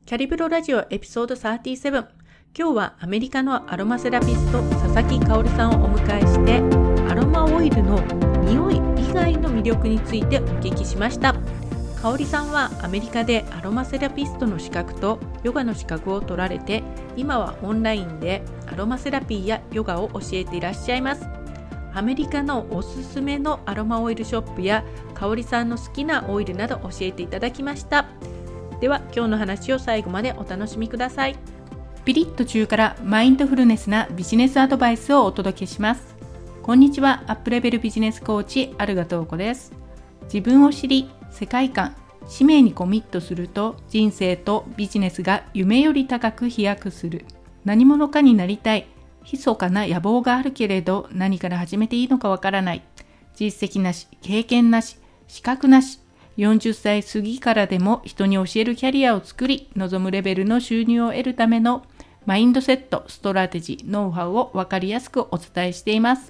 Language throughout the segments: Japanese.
キャリブロラジオエピソード37。今日はアメリカのアロマセラピスト佐々木香織さんをお迎えして、アロマオイルの匂い以外の魅力についてお聞きしました。香織さんはアメリカでアロマセラピストの資格とヨガの資格を取られて、今はオンラインでアロマセラピーやヨガを教えていらっしゃいます。アメリカのおすすめのアロマオイルショップや香織さんの好きなオイルなど教えていただきました。では今日の話を最後までお楽しみください。ピリッと中からマインドフルネスなビジネスアドバイスをお届けします。こんにちは、アップレベルビジネスコーチアルガトーコです。自分を知り、世界観、使命にコミットすると人生とビジネスが夢より高く飛躍する。何者かになりたい、密かな野望があるけれど何から始めていいのかわからない。実績なし、経験なし、資格なし。40歳過ぎからでも人に教えるキャリアを作り、望むレベルの収入を得るためのマインドセット、ストラテジー、ノウハウを分かりやすくお伝えしています。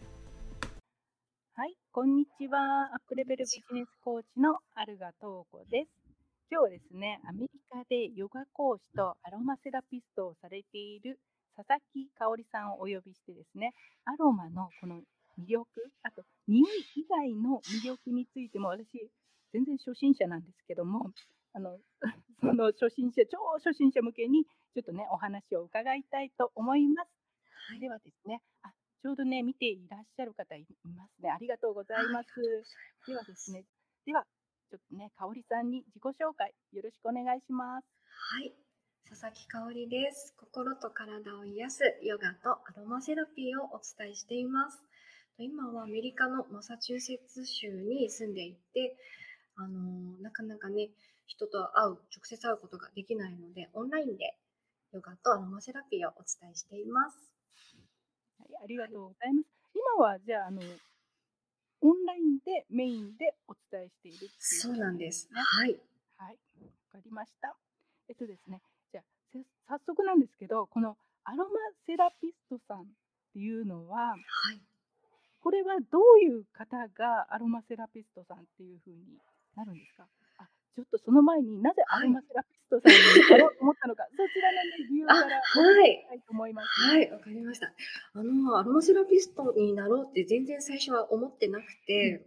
はい、こんにちは。アップレベルビジネスコーチのアルガトーコです。今日はですね、アメリカでヨガ講師とアロマセラピストをされている佐々木香織さんをお呼びしてですね、アロマのこの魅力、あと匂い以外の魅力についても、私全然初心者なんですけども、その超初心者向けにちょっとね、お話を伺いたいと思います。 はい、 ではですね、ちょうどね、見ていらっしゃる方いますね。ありがとうございます。ではですね、ちょっとね、香織さんに自己紹介よろしくお願いします。 はい、佐々木香織です。心と体を癒すヨガとアロマセラピーをお伝えしています。今はアメリカのマサチューセッツ州に住んでいて、なかなかね、人と直接会うことができないので、オンラインでヨガとアロマセラピーをお伝えしています。 はい、ありがとうございます。今はじゃあ、オンラインでメインでお伝えしているっていうそうなんです。 ね。 はい。 はい、わかりました。ですね、じゃあ、早速なんですけど、このアロマセラピストさんっていうのは、 はい。 これはどういう方がアロマセラピストさんっていう風になるんですか？ちょっとその前になぜアはい。 ロマセラピストさんになろうと思ったのか、そちらのね、理由からお聞はい。 きしたいと思います。 はい、わかりました。アロマセラピストになろうって全然最初は思ってなくうん。 て、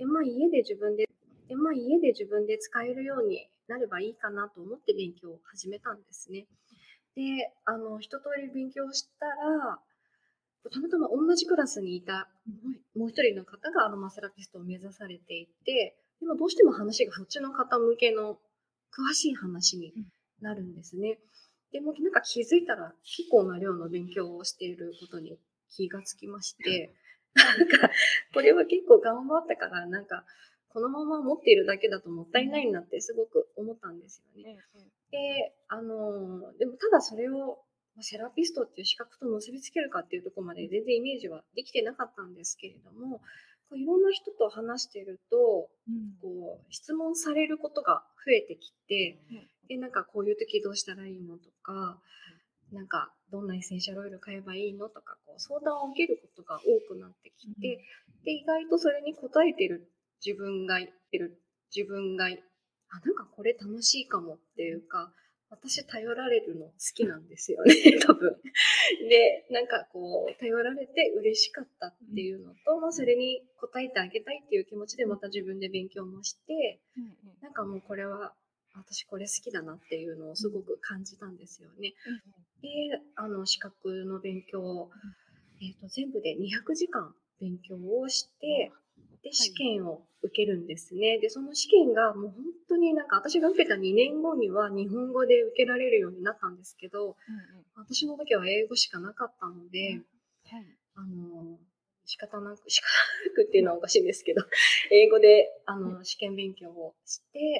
家で自分で使えるようになればいいかなと思って勉強を始めたんですね。で、一通り勉強したら、たまたま同じクラスにいたうん。 もう一人の方がアロマセラピストを目指されていて、でもどうしても話がそっちの方向けの詳しい話にうん。 なるんですね。でもなんか気づいたら結構な量の勉強をしていることに気がつきまして、 はい。 なんかこれは結構頑張ったから、なんかこのまま持っているだけだともったいないなってすごく思ったんですよね。 ええええ。 で、でもただそれをセラピストっていう資格と結びつけるかっていうところまで全然イメージはできてなかったんですけれども、いろんな人と話してると、 うん。 質問されることが増えてきて、 ええ。 で、なんかこういう時どうしたらいいのとか、 ええ。 なんかどんなエッセンシャルオイル買えばいいのとか、相談を受けることが多くなってきうん。 て、で、意外とそれに答えてる自分が、なんかこれ楽しいかもっていうか、私頼られるの好きなんですよね、多分。で、なんか頼られて嬉しかったっていうのと、それに応えてあげたいっていう気持ちでまた自分で勉強もして、 ええええ。 なんかもうこれは、私これ好きだなっていうのをすごく感じたんですよね。 ええええ。 で、資格の勉強を、 うん。 全部で200時間勉強をして、で、試はい。 験を受けるんですね。で、その試験がもう本当になんか私が受けた2年後には日本語で受けられるようになったんですけど、 ええええ。 私の時は英語しかなかったので、 はい。 あの、仕方なくっていうのはおかしいんですけど、英語で試験勉強をして、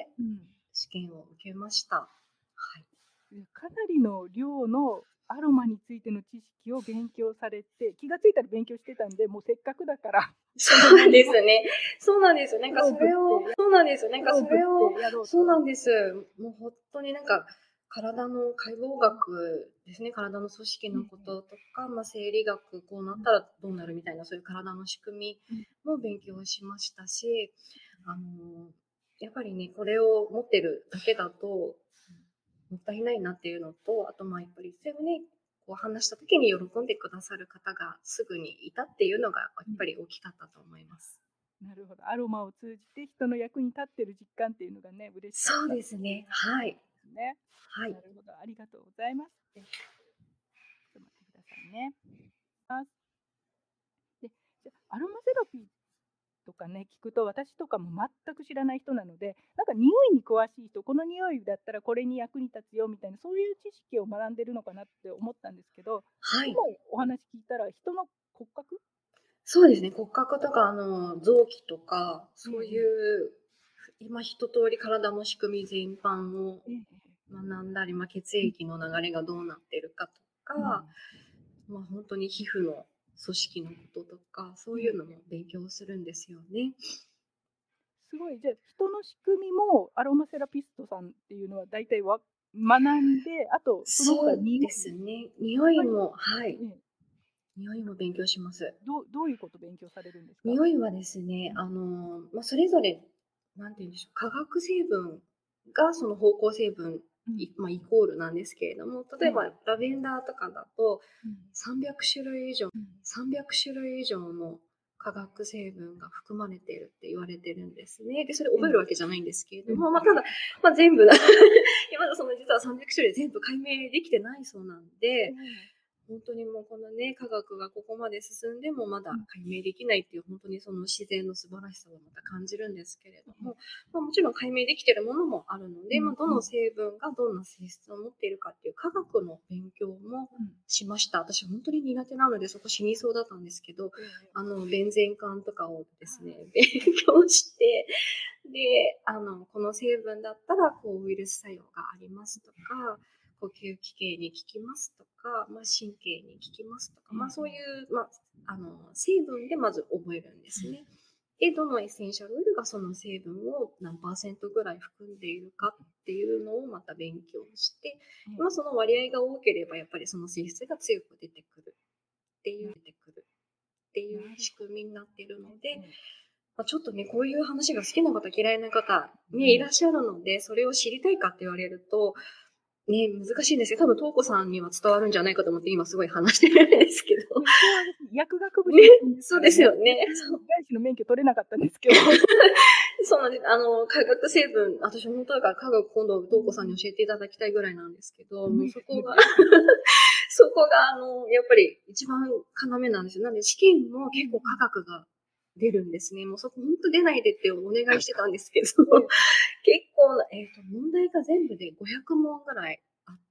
うん。 試験を受けました。はい。 かなりの量のアロマについての知識を勉強されて、気がついたら勉強してたんで、もうせっかくだから、 そうですね。そうなんですよ。なんか勝負してやろうと。 そうなんです。もう本当になんか、体の解剖学ですね。体の組織のこととか、生理学、こうなったらどうなるみたいな、そういう体の仕組みうん。 も勉強しましたし、あの、やっぱりね、これを持ってるだけだと、 もったいないなっていうのと、あとやっぱりそれをね、こう話した時に喜んでくださる方がすぐにいたっていうのがやっぱり大きかったと思います。 なるほど。アロマを通じて人の役に立ってる実感っていうのがね、嬉しかったそうですね。はい。 ですね。 はい。 なるほど。ありがとうございます。ちょっと待ってくださいね。で、じゃアロマセラピーとかね、聞くと私とかも全く知らない人なので、なんか匂いに詳しい人、この匂いだったらこれに役に立つよみたいな、そういう知識を学んでるのかなって思ったんですけど、 はい。 今お話聞いたら人の骨格、 そうですね。骨格とか、臓器とか、そういええう、今一通り体の仕組み全般をええええ学んだり、血液の流れがどうなってるかとか、本当に皮膚の組織のこととか、そういうのも勉強するんですよね。 すごい、じゃあ人の仕組みもアロマセラピストさんっていうのは大体学んで、あとその他そう匂いですね。匂いも、はい。 ええ匂いも勉強します。 どういうこと勉強されるんですか？ 匂いはですね、それぞれ、なんて言うんでしょう、化学成分がその芳香成分、 うんイコールなんですけれども、例えばええラベンダーとかだとうん 300種類以上、 うん 300種類以上の化学成分が含まれているって言われてるんですね。で、それ覚えるわけじゃないんですけれども、ただ、全部まだその実は300種類全部解明できてないそうなんで、本当にもうこのね、科学がここまで進んでもまだ解明できないっていう、本当にその自然の素晴らしさをまた感じるんですけれども、もちろん解明できているものもあるので、どの成分がどんな性質を持っているかっていう科学の勉強もしました。私本当に苦手なのでそこ死にそうだったんですけど、ベンゼン管とかをですね、勉強して、で、この成分だったらこうウイルス作用がありますとか、呼吸器系に効きますとか、神経に効きますとか、そういう、成分でまず覚えるんですね。で、どのエッセンシャルオイルがその成分を何%ぐらい含んでいるかっていうのをまた勉強して、その割合が多ければやっぱりその性質が強く出てくるっていう仕組みになっているので、ちょっとね、こういう話が好きな方嫌いな方ね、いらっしゃるので、それを知りたいかって言われると、ね、難しいんですよ。多分、トウコさんには伝わるんじゃないかと思って、今すごい話してるんですけど。 薬学部ね、そうですよね。 外資の免許取れなかったんですけど。 そうなんです。化学成分、私本当だから科学今度、トウコさんに教えていただきたいぐらいなんですけど、もうそこが、そこが、やっぱり一番要なんですよ。なので、試験も結構科学が出るんですね。もうそこ本当出ないでってお願いしてたんですけど、結構な、問題が全部で500問ぐらいあって、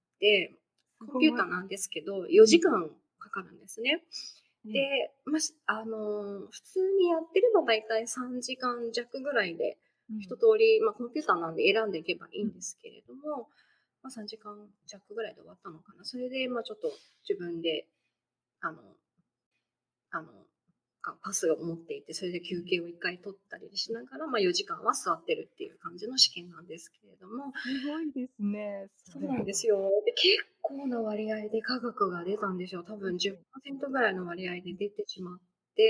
コンピューターなんですけど、4時間かかるんですね。で、普通にやってればだいたい3時間弱ぐらいで、一通り、コンピューターなんで選んでいけばいいんですけれども、3時間弱ぐらいで終わったのかな。それで、ちょっと自分で、あの、パスを持っていて、それで休憩を1回取ったりしながら、4時間は座ってるっていう感じの試験なんですけれども。 すごいですね。 そうなんですよ。で、結構な割合で科学が出たんですよ。多分10%ぐらいの割合で出てしまって、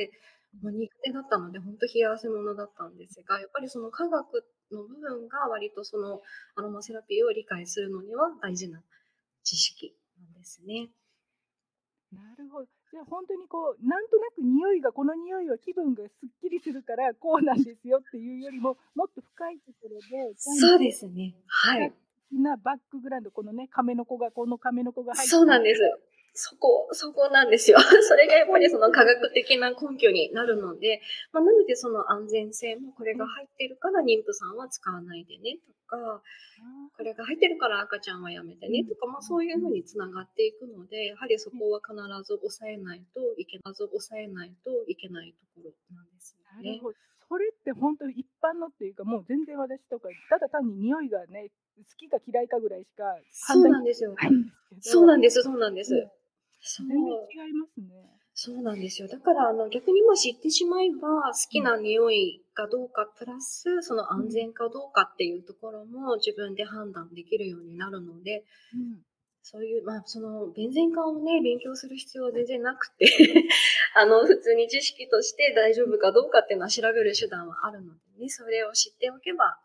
苦手だったので、本当冷や汗ものだったんですが、やっぱりその科学の部分が割とそのアロマセラピーを理解するのには大事な知識なんですね。 なるほど。じゃあ本当になんとなく匂いが、この匂いは気分がすっきりするからこうなんですよっていうよりも、もっと深いところで、 そうですね。はい。 なバックグラウンド、このね、亀の子が入ってそうなんです。そこなんですよ。それがやっぱりその科学的な根拠になるので、なのでその安全性もこれが入ってるから妊婦さんは使わないでねとか、これが入ってるから赤ちゃんはやめてねとか、そういうふうにつながっていくので、やはりそこは必ず抑えないといけないところなんですよね。 なるほど。それって本当に一般のっていうか、もう全然私とか、ただ単に匂いがね、好きか嫌いかぐらいしか判断できないんですけど。 そうなんです。全然違いますね。 そうなんですよ。だから逆に知ってしまえば好きな匂いかどうかプラスその安全かどうかっていうところも自分で判断できるようになるので、そういうそのベンゼン管をね勉強する必要は全然なくて普通に知識として大丈夫かどうかっていうのは調べる手段はあるのでね、それを知っておけば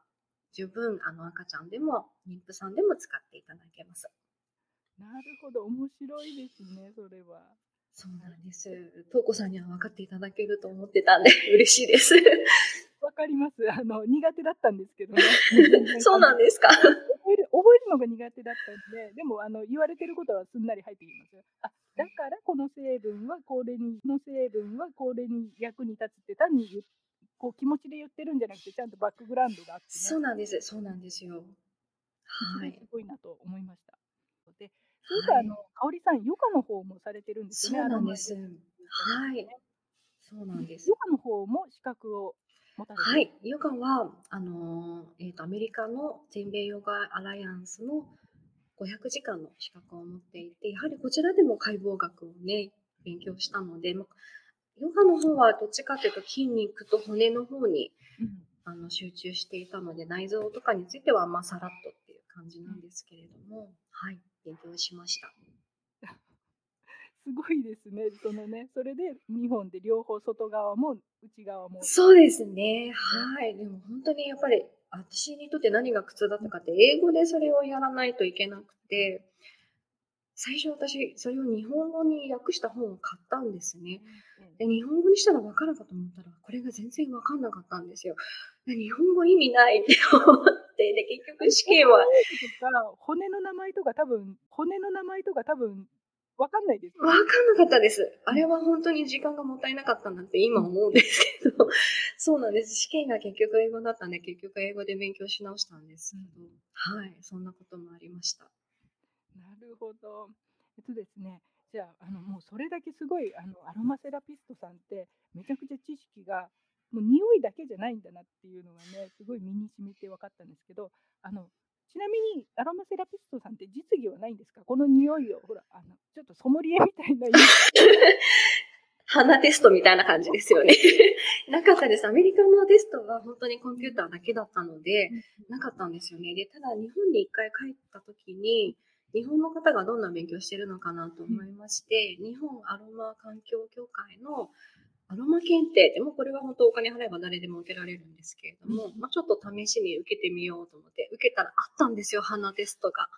十分赤ちゃんでも妊婦さんでも使っていただけます。 なるほど、面白いですね、それは。 そうなんです。東子さんには分かっていただけると思ってたんで嬉しいです。 わかります。苦手だったんですけどね。 そうなんですか。 覚えるのが苦手だったんで、でも言われてることはすんなり入ってきますよ。あ、だからこの成分はこれに役に立つって単にこう気持ちで言ってるんじゃなくて、ちゃんとバックグラウンドがあってね。 そうなんです。そうなんですよ。 それはい。 すごいなと思いました。で、それからはい。 香織さん、ヨガの方もされてるんですよね、 そうなんでアす。 ロマで。 はい。そうなんです。 ヨガの方も資格を持たれてる。 はい。ヨガは、アメリカの全米ヨガアライアンスの500時間の資格を持っていて、やはりこちらでも解剖学をね、勉強したので、ヨガの方はどっちかというと筋肉と骨の方に集中していたので、内臓とかについてはさらっとっていう感じなんですけれども、はい、勉強しました。 すごいですね。それで2本で両方外側も内側も。 そうですね。はい。でも本当にやっぱり私にとって何が苦痛だったかって、英語でそれをやらないといけなくて、最初私、それを日本語に訳した本を買ったんですね。で、日本語にしたら分かるかと思ったら、これが全然分かんなかったんですよ。で、日本語意味ないって思って、で、結局試験は。 骨の名前とか多分分かんないですよね。 分かんなかったです。あれは本当に時間がもったいなかったなって今思うんですけど、そうなんです。試験が結局英語だったんで、結局英語で勉強し直したんですけど、はい、そんなこともありました。 なるほど。ですね、じゃあ、もうそれだけすごい、アロマセラピストさんって、めちゃくちゃ知識が、もう匂いだけじゃないんだなっていうのがね、すごい身に染みて分かったんですけど、ちなみにアロマセラピストさんって実技はないんですか？この匂いを、ほら、ちょっとソムリエみたいな鼻テストみたいな感じですよね。なかったです。アメリカのテストは本当にコンピューターだけだったので、なかったんですよね。で、ただ日本に一回帰った時に、日本の方がどんな勉強してるのかなと思いまして、日本アロマ環境協会のアロマ検定でもこれは本当お金払えば誰でも受けられるんですけれども、ちょっと試しに受けてみようと思って、受けたらあったんですよ、鼻テストが。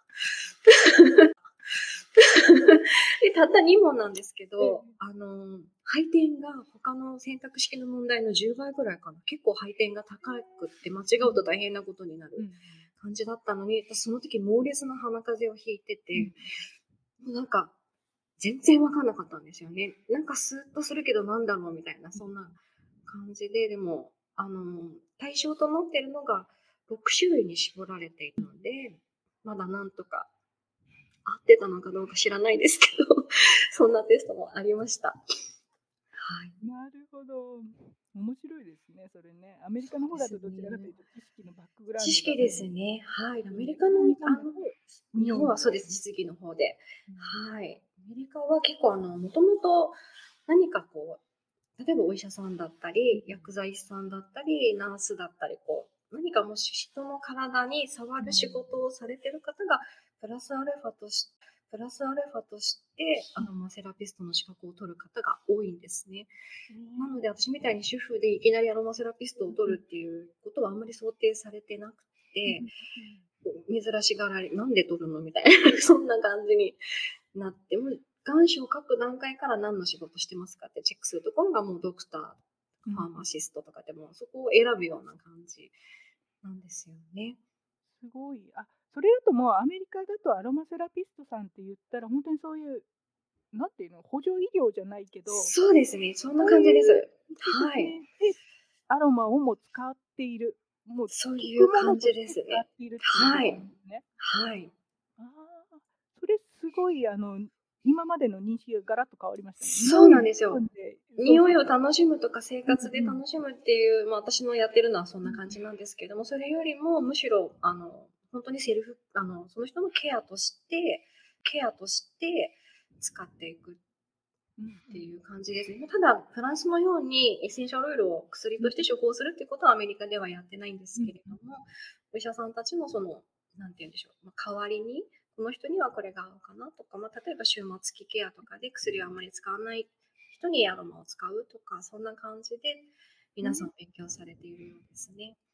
でたった2問なんですけど、配点が他の選択式の問題の10倍ぐらいかな。結構配点が高くって間違うと大変なことになる感じだったのに、私その時猛烈な鼻風邪をひいてて、もうなんか全然わかんなかったんですよね。なんかスーッとするけどなんだろうみたいな、そんな感じで、でも、対象となっているのが6種類に絞られているので、まだなんとか合ってたのかどうか知らないですけど、そんなテストもありました。はい。 なるほど。面白いですね、それね。アメリカの方だとどちらかというと知識のバックグラウンド知識ですね。はい。アメリカの、 日本はそうです、実技の方で。はい。アメリカは結構もともと何かこう、例えばお医者さんだったり、薬剤師さんだったり、ナースだったり、こう、何かもし人の体に触る仕事をされてる方が、プラスアルファとしてアロマセラピストの資格を取る方が多いんですね。なので私みたいに主婦でいきなりアロマセラピストを取るっていうことはあんまり想定されてなくて、珍しがられ、なんで取るのみたいなそんな感じになっても、願書を書く段階から何の仕事してますかってチェックするところがもうドクター、ファーマシストとかでもそこを選ぶような感じなんですよね。 すごい。それだともうアメリカだとアロマセラピストさんって言ったら本当にそういうなんていうの補助医療じゃないけど、 そうですね、そんな感じです。はい。 でアロマをも使っている、もうそういう感じですね。 はい。 はい。 それすごい今までの認識がガラッと変わりましたね。 そうなんですよ。匂いを楽しむとか生活で楽しむっていう、私のやってるのはそんな感じなんですけども、それよりもむしろ本当にセルフその人のケアとして使っていくっていう感じですね。ただフランスのようにエッセンシャルオイルを薬として処方するっていうことはアメリカではやってないんですけれども、お医者さんたちもなんて言うんでしょう、代わりにこの人にはこれが合うかなとか、例えば終末期ケアとかで薬をあまり使わない人にアロマを使うとか、そんな感じで皆さん勉強されているようですね。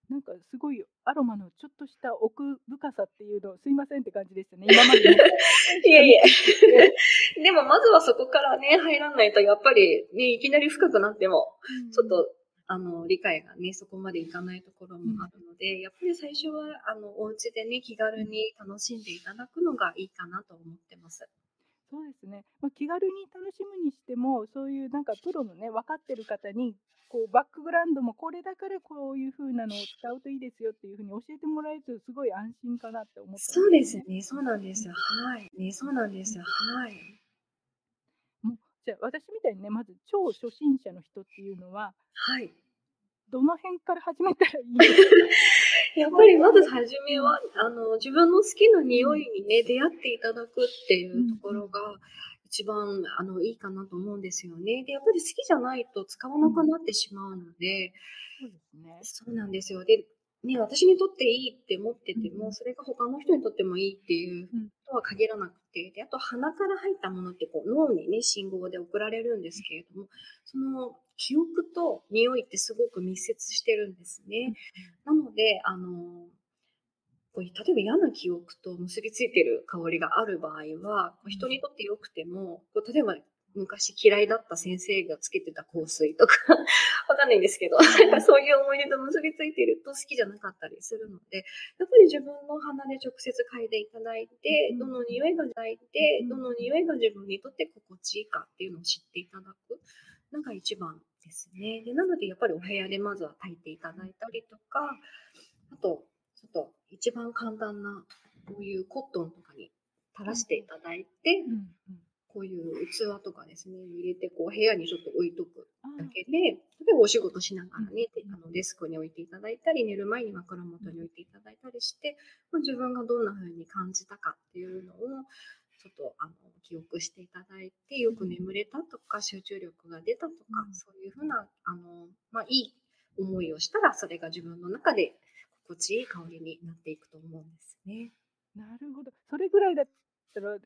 なんかすごいアロマのちょっとした奥深さっていうの、すいませんって感じでしたね。今までね、 いやいや。でもまずはそこからね、入らないと、やっぱりね、いきなり深くなっても、ちょっと、理解がね、そこまでいかないところもあるので、やっぱり最初は、お家でね、気軽に楽しんでいただくのがいいかなと思ってます。 そうですね。気軽に楽しむにしても、そういうなんかプロのね、分かってる方に、こうバックグラウンドもこれだからこういう風なのを使うといいですよっていう風に教えてもらえるとすごい安心かなって思ったんそうですよね。 ですね、そうなんですよ。はい。ね、そうなんですよ。はい。 もう、じゃあ私みたいにね、まず超初心者の人っていうのは、 はい。 どの辺から始めたらいいんですか？ やっぱりまず初めは、自分の好きな匂うん。 いにね、出会っていただくっていうとうんうん。 ころが、一番、いいかなと思うんですよね。で、やっぱり好きじゃないと使わうん。 なくなってしまうので、 そうですね。 そうなんですよ。で、ね、私にとっていいって思ってても、 うんうん。 それが他の人にとってもいいっていううん。 とは限らなくて、で、あと鼻から入ったものってこう脳にね、信号で送られるんですけれども、その記憶と匂いってすごく密接してるんですね。 うんうん。 なので、こう例えば嫌な記憶と結びついてる香りがある場合は、 うん。 人にとって良くても、例えば昔嫌いだった先生がつけてた香水とか、わかんないんですけど、なんかそういう思い出と結びついてると好きじゃなかったりするので、やっぱり自分の鼻で直接嗅いでいただいて、 うん。 どうん。 の匂いが自分にとって心地いいかっていうのを知っていただくのが一番ですね。で、なのでやっぱりお部屋でまずは炊いていただいたりとか、あと、ちょっと一番簡単な、こういうコットンとかに垂らしていただいて、 うん。うん。 こういう器とかですね、入れて、こう部屋にちょっと置いとくああ。 だけで、例えばお仕事しながうん。 らね、 うん。 デスクに置いていただいたり、寝る前に枕元に置いていただいたりして、自分がどんな風に感じたかっていうのを、ちょっと記憶していただいて、よく眠れたとか、集中力が出たとか、 うん。 そういう風な、いい思いをしたら、それが自分の中で心地いい香りになっていくと思うんですね。 なるほど。それぐらいだったら、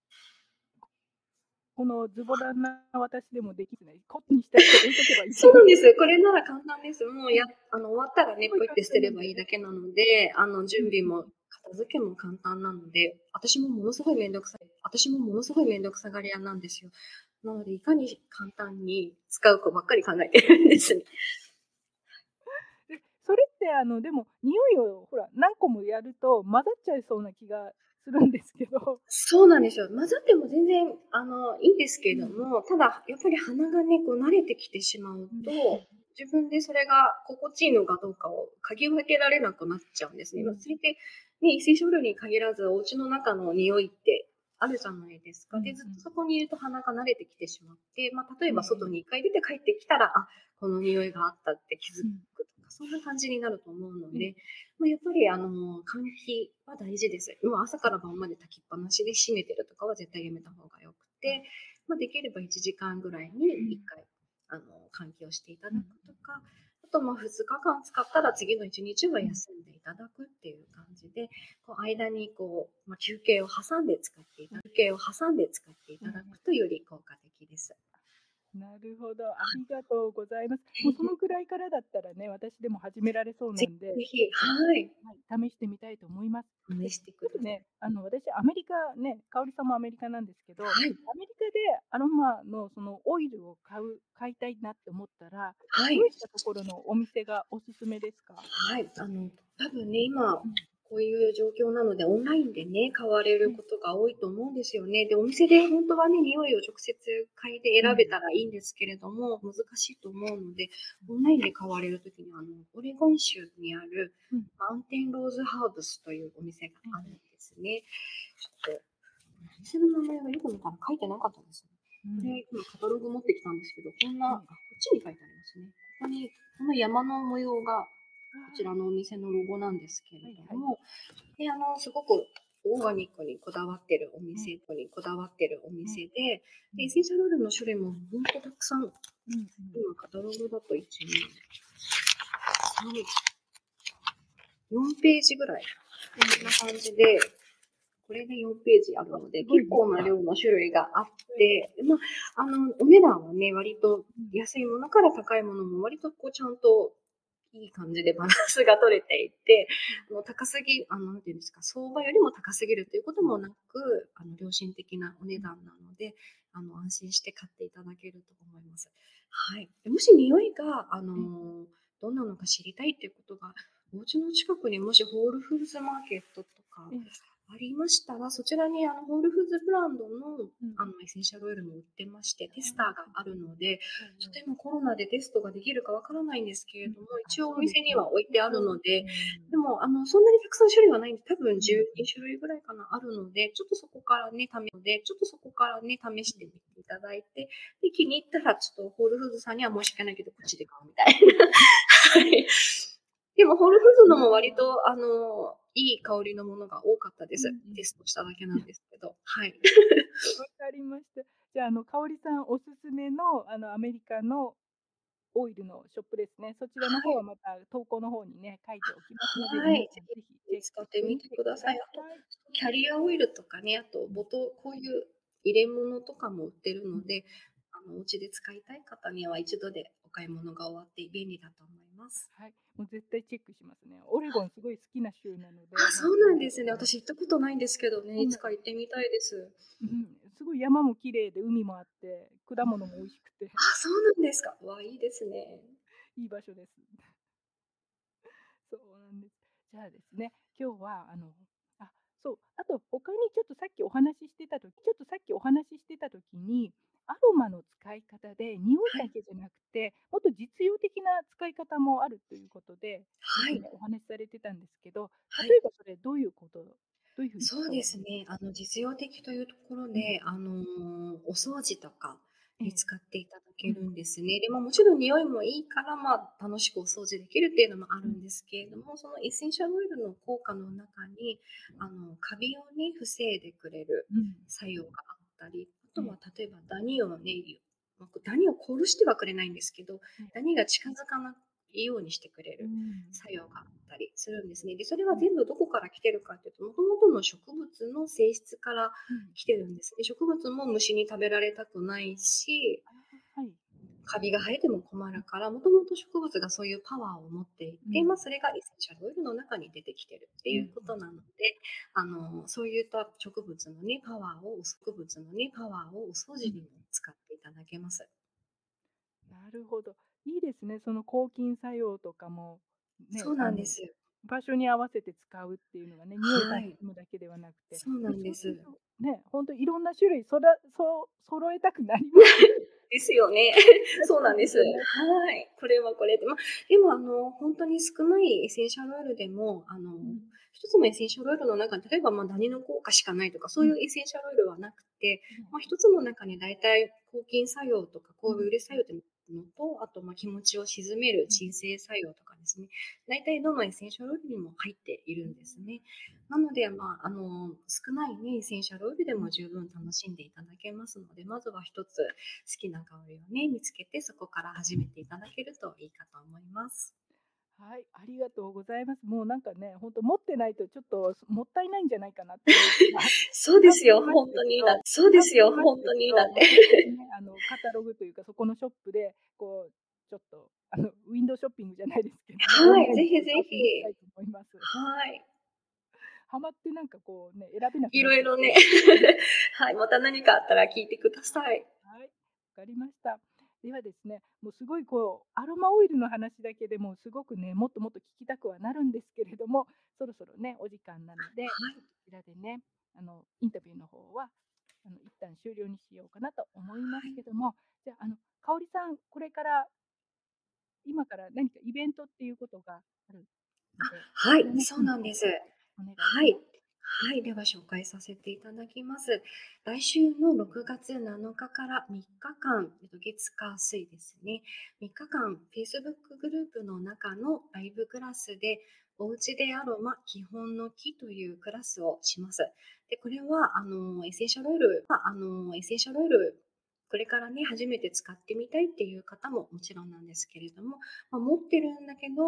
このズボラな私でもできるね。コットンにして置いとけばいいっていう。 そうなんです。これなら簡単です。もううん。 終わったらね、 すごい簡ポイって捨てれ単なんだよね。 ばいいだけなので、 うんうん。 準備も片付けも簡単なので、私もものすごいめんどくさがり屋なんですよ。なので、いかに簡単に使うかばっかり考えてるんですね。 で、それってでも匂いをほら、何個もやると混ざっちゃいそうな気がするんですけど。 そうなんですよ。混ざっても全然、いいんですけれうん。 ども、ただ、やっぱり鼻がね、こう慣れてきてしまううんうん。 と、自分でそれが心地いいのかどうかを嗅ぎ分けられなくなっちゃうんですね。 うん。 それで、ね、エッセンシャルに限らず、お家の中の匂いってあるじゃないですか。で、 うんうん。 ずっとそこにいると鼻が慣れてきてしまって、例えば外ええええ。 に一回出て帰ってきたら、あ、この匂いがあったって気づうん。 くとか、そんな感じになると思うのええ。 で、やっぱり換気は大事です。もう朝から晩まで炊きっぱなしで閉めてるとかは絶対やめた方がよくて、できれば1時間ぐらいにうん。 1回、換気をしていただくうん。 とか、あと2日間使ったら次の1日はうん。 休んでいただくっていう感じで、間に休憩を挟んで使っていただくとより効果的です。 なるほど、ありがとうございます。もうそのぐらいからだったらね、私でも始められそうぜなんで、 ひぜひ、はい、 はい、試してみたいと思います。で、 試してください。 ちょっとね、私アメリカね、香織さんもアメリカなんですけど、 はい、 アメリカでアロマのそのオイルを買いたいなって思ったら、 はい。 どういったところのお店がおすすめですか？ はい、多分ね、今、 うん。 こういう状況なので、オンラインでね、買われるね。 ことが多いと思うんですよね。で、お店で本当はね、匂いを直接嗅いでうん。 選べたらいいんですけれども、難しいと思うので、オンラインで買われるときに、オレゴン州にあるうん。 マウンテンローズハーブスというお店がえあるんえ。 ですね。ちょっと、お店の名前がよく見たら書いてなかったですね。 うん。 これ、今カタログ持ってきたんですけど、こええ。 っちに書いてありますね。ここに、この山の模様が、 あこちらのお店のロゴなんですけあ、はいはい。 れども、で、すごくオーガニックにこだわってるおええ。ええ。 店で、で、エッうん。 センシャルオイルの種類も本当たくさん、 うんうん。 今カタログだと1、2、3、4ページぐらい。こんな感じで、これで4ページあるので、 すごい結構な量の種類があって、お値段はね、割とうん。 安いものから高いものも割とちゃんといい感じでバランスが取れていて、高すぎ、なんていうんですか、相場よりも高すぎるということもなく、良心的なお値段なので、安心して買っていただけると思います。はい。もし匂いが、どんなのか知りたいっていうことが、お家の近くにもしホールフーズマーケットとかええ、 ありましたら、そちらにホールフーズブランドのうん。 エッセンシャルオイルも売ってまして、テスターがああるので、 あ、 ちょっと今コロナでテストができるかわからないんですけうん、 れども、 あ、 一応おそうですね。 店には置いてあるので、 うん。 でもそんなにたくさん種類はないんで、多分うん。 12種類ぐらいかな、あるので、ちょっとそこからね、試してみていただいて、で、気に入ったら、ちょっとホールフーズさんには申し訳ないけど、こっちで買うみたいな。はい。でも、ホールフーズのも割と、いい香りのものが多かったでうんうす。テん。 ストしただけなんですけど。はい。 わかりました。じゃあ、香織さんおすすめの、アメリカのオイルのショップですね。そちらのはい。 方はまた投稿の方にね、書いておきますので、 はい。ぜ皆さんぜひチェッひ使っクしてみてみててくだください。あと、 さい。 キャリアオイルとかね、あと、 うん。 こういう入れ物とかも売ってるうん。 ので、お家で使いたい方には一度でお買い物が終わって便利だと思います。 はい、もう絶対チェックしますね。オレゴンすごい好きな州なので、 あ、そうほんとに、 なんですね。私行ったことないんですけどね、いつそうなんです。 か行ってみたいです。 うん、すごい山も綺麗で海もあって、果うん。 物も美味しくて、 あ、そうなんですか。わ、いいですね。 いい場所です。そうなんです。じゃあですね、今日はあ、そう、あと他にちょっとさっきお話ししてた時に、アロマの使い方で、匂いはい。 だけじゃなくて、もっと実用的な使い方もあるということで、ちょっはい。 とね、お話しされてたんですけど、 はい。 例えばそれどういうこと、どういうふうにそう使われるんでですね。 すか？ 実用的というところうん、 で、お掃除とかええ、 に使っていただけるうん、 んですね。で、もちろん匂いもいいから、楽しくお掃除できるっていうのもあうん、 るんですけれども、そのエッセンシャルオイルの効果の中に、カビをね、防いでくれるうん、 作用があったり、あええ、 とは例えばダニを殺してはくれないんですけど、 ええ、 ダニが近づかないようにしてくれるうん、 作用があったりするんですね。で、それはうん、 全部どこから来てるかっていうと、もともとの植物の性質からうん。 来てるんですね。植物も虫に食べられたくないし、 ああ、はい。 カビが生えても困るから、もともと植物がそういうパワーを持っていて、 うん、 それがエッセンシャルオイルの中に出てきてるってうん、うん。 いうことなので、そういった植物のね、パワーをお掃うん。 除にも使っていただけます。 なるほど。いいですね。その抗菌作用とかも、ね、 そうなんですよ。 場所に合わせて使うっていうのがね、匂い楽はい。 しむだけではなくて、 そうなんです。 そうすると、ね、ほんといろんな種類揃えたくなりますね。 ですよね。 なっちゃそうなんです。 いますよね。 はい。これはこれで。でも本当に少ないエッセンシャルオイルでも、 うん、 一つのエッセンシャルオイルの中に、例えば、ダニの効果しかないとか、そうん、 ういうエッセンシャルオイルはなくて、 うん、 一つの中にだいたい抗菌作用とか抗うん、 ウイルス作用っていうのと、あと、気持ちを鎮めるうん、 鎮静作用とかですね。だいたいどのエッセンシャルオイルにも入っているうん、 んですね。なので、少ないね、エッセンシャルオイルでうん。 も十分楽しんでいただけますので、まずは一つ好きな香りをね、見つけて、そこから始めていただけるといいかと思います。 はい、ありがとうございます。もうなんかね、ほんと持ってないとちょっともったいないんじゃないかなっていう気がそうですよ、 半分いまし本当にたけどそうですよ、 まし本当にたけど、もう絶対ね、カタログというか、そこのショップで、こう、ちょっと、ウィンドウショッピングじゃないですけどね、オンはい、 ラインでぜひぜ買ってみたひ。 いと思います。 はい。 ハマってなんかこうね、選べなくいなっちゃって。 ろいろね。はい、また何かあったら聞いてください。 はい、わかりました。ではですね、もうすごいこう、アロマオイルの話だけでもすごくね、もっともっと聞きたくはなるんですけれども、そろそろね、お時間なので、 はい。 こちらでね、インタビューの方は、一旦終了にしようかなと思いますはい。 けども、じゃあ、香織さん、これから今から何かイベントっていうことがあるので、そはい、 ちらのそう方の方をなんです。 お願いはい。 します。 はい、では紹介させていただきます。来週の6月7日から3日間、月火水ですね。3日間、Facebook グループの中のライブクラスで、おうちでアロマ基本の木というクラスをします。で、これは、エッセンシャルオイル、エッセンシャルオイル、これからね、初めて使ってみたいっていう方ももちろんなんですけれども、持ってるんだけど、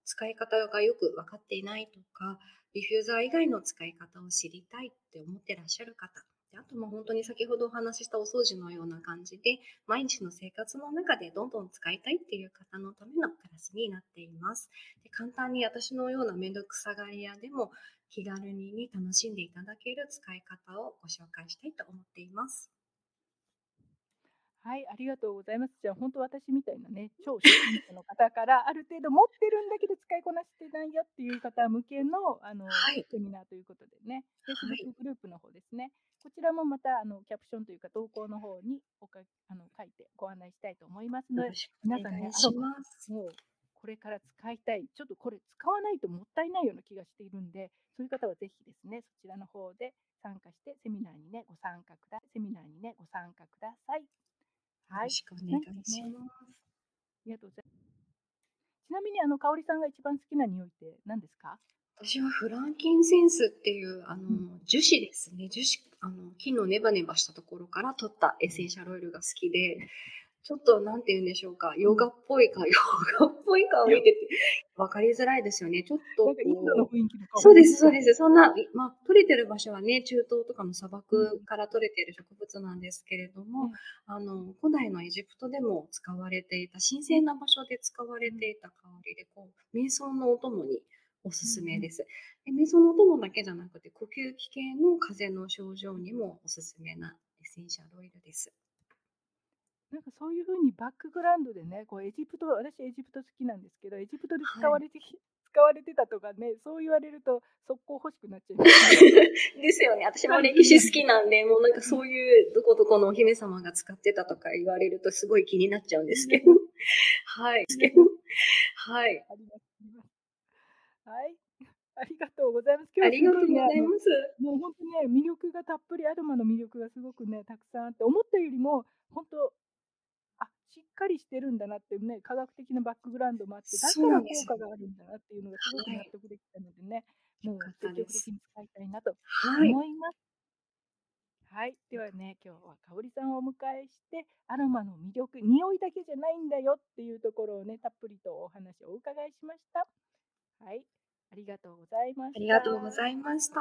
使い方がよく分かっていないとか、ディフューザー以外の使い方を知りたいって思ってらっしゃる方、あと本当に先ほどお話ししたお掃除のような感じで、毎日の生活の中でどんどん使いたいっていう方のためのクラスになっています。で、簡単に私のようなめんどくさがり屋でも気軽に楽しんでいただける使い方をご紹介したいと思っています。 はい、ありがとうございます。じゃあ本当私みたいなね、超初心者の方からある程度持ってるんだけど使いこなしてないよっていう方向けのはい。 セミナーということでね、 はい。 Facebook グループの方ですね。こちらもまたキャプションというか投稿の方に書いてご案内したいと思いますので、 よろしくお皆さんね、 願いします。 もうこれから使いたい、ちょっとこれ使わないともったいないような気がしているんで、そういう方はぜひですね、そちらの方で参加してセミナーにね、ご参加ください。 よろはい。 しくお願いしね、 ます。 ありがとうございます。ちなみに香織さんが一番好きな匂いって何ですか？ 私はフランキンセンスっていううん樹脂ですね。樹脂、木のネバネバしたところから取ったエッセンシャルオイルが好きで、ちょっとなんて言うんでしょうか、ヨガっぽいかを見てて分かりづらいですよね。ちょっとなんかインドの雰囲気の香そうです、 りですか？ そうです。そんな、取れてる場所はね、中東とかの砂漠うんから取れている植物なんですけれども、 ね古代のエジプトでも使われていた、神聖な場所で使われていた香りで、瞑想のお供におすすめです。で、瞑想のお供だけじゃなくて、呼吸器系の風邪の症状にもおすすめなエッセンシャルオイルです。 なんかそういう風にバックグラウンドでね、私エジプト好きなんですけど、エジプトではい。 使われてたとかね、そう言われると速攻欲しくなっちゃいますね。 ですよね。私も感じ歴史好なんで。 きなんで、もうなんかそういうどこどこのお姫様が使ってたとか言われるとすごい気になっちゃうんですけど。はい。 ありがとうはい。 ありますあります。はい、ありがとうございます。今あ日すごいね、 りがとうございます。 もう本当ね、魅力がたっぷり、アロマの魅力がすごくね、たくさんあって、思ったよりも本当、しっかりしてるんだなってね、科学的なバックグラウンドもあって、だそうからなんですよ。 効果があるんだなっていうのがすごく納はい。 得できたのでね、 よかっもう積極的たです。 に使いたいなとはい。 思います。はい。ではね、今日は香織さんをお迎えして、アロマの魅力、匂いだけじゃないんだよっていうところをね、たっぷりとお話をお伺いしました。はい。ありがとうございました。 ありがとうございました。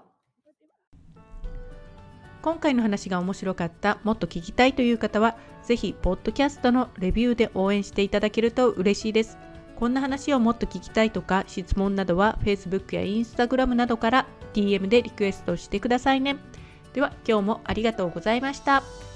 今回の話が面白かった、もっと聞きたいという方は、ぜひポッドキャストのレビューで応援していただけると嬉しいです。こんな話をもっと聞きたいとか、質問などは Facebook や Instagram などから DM でリクエストしてくださいね。では今日もありがとうございました。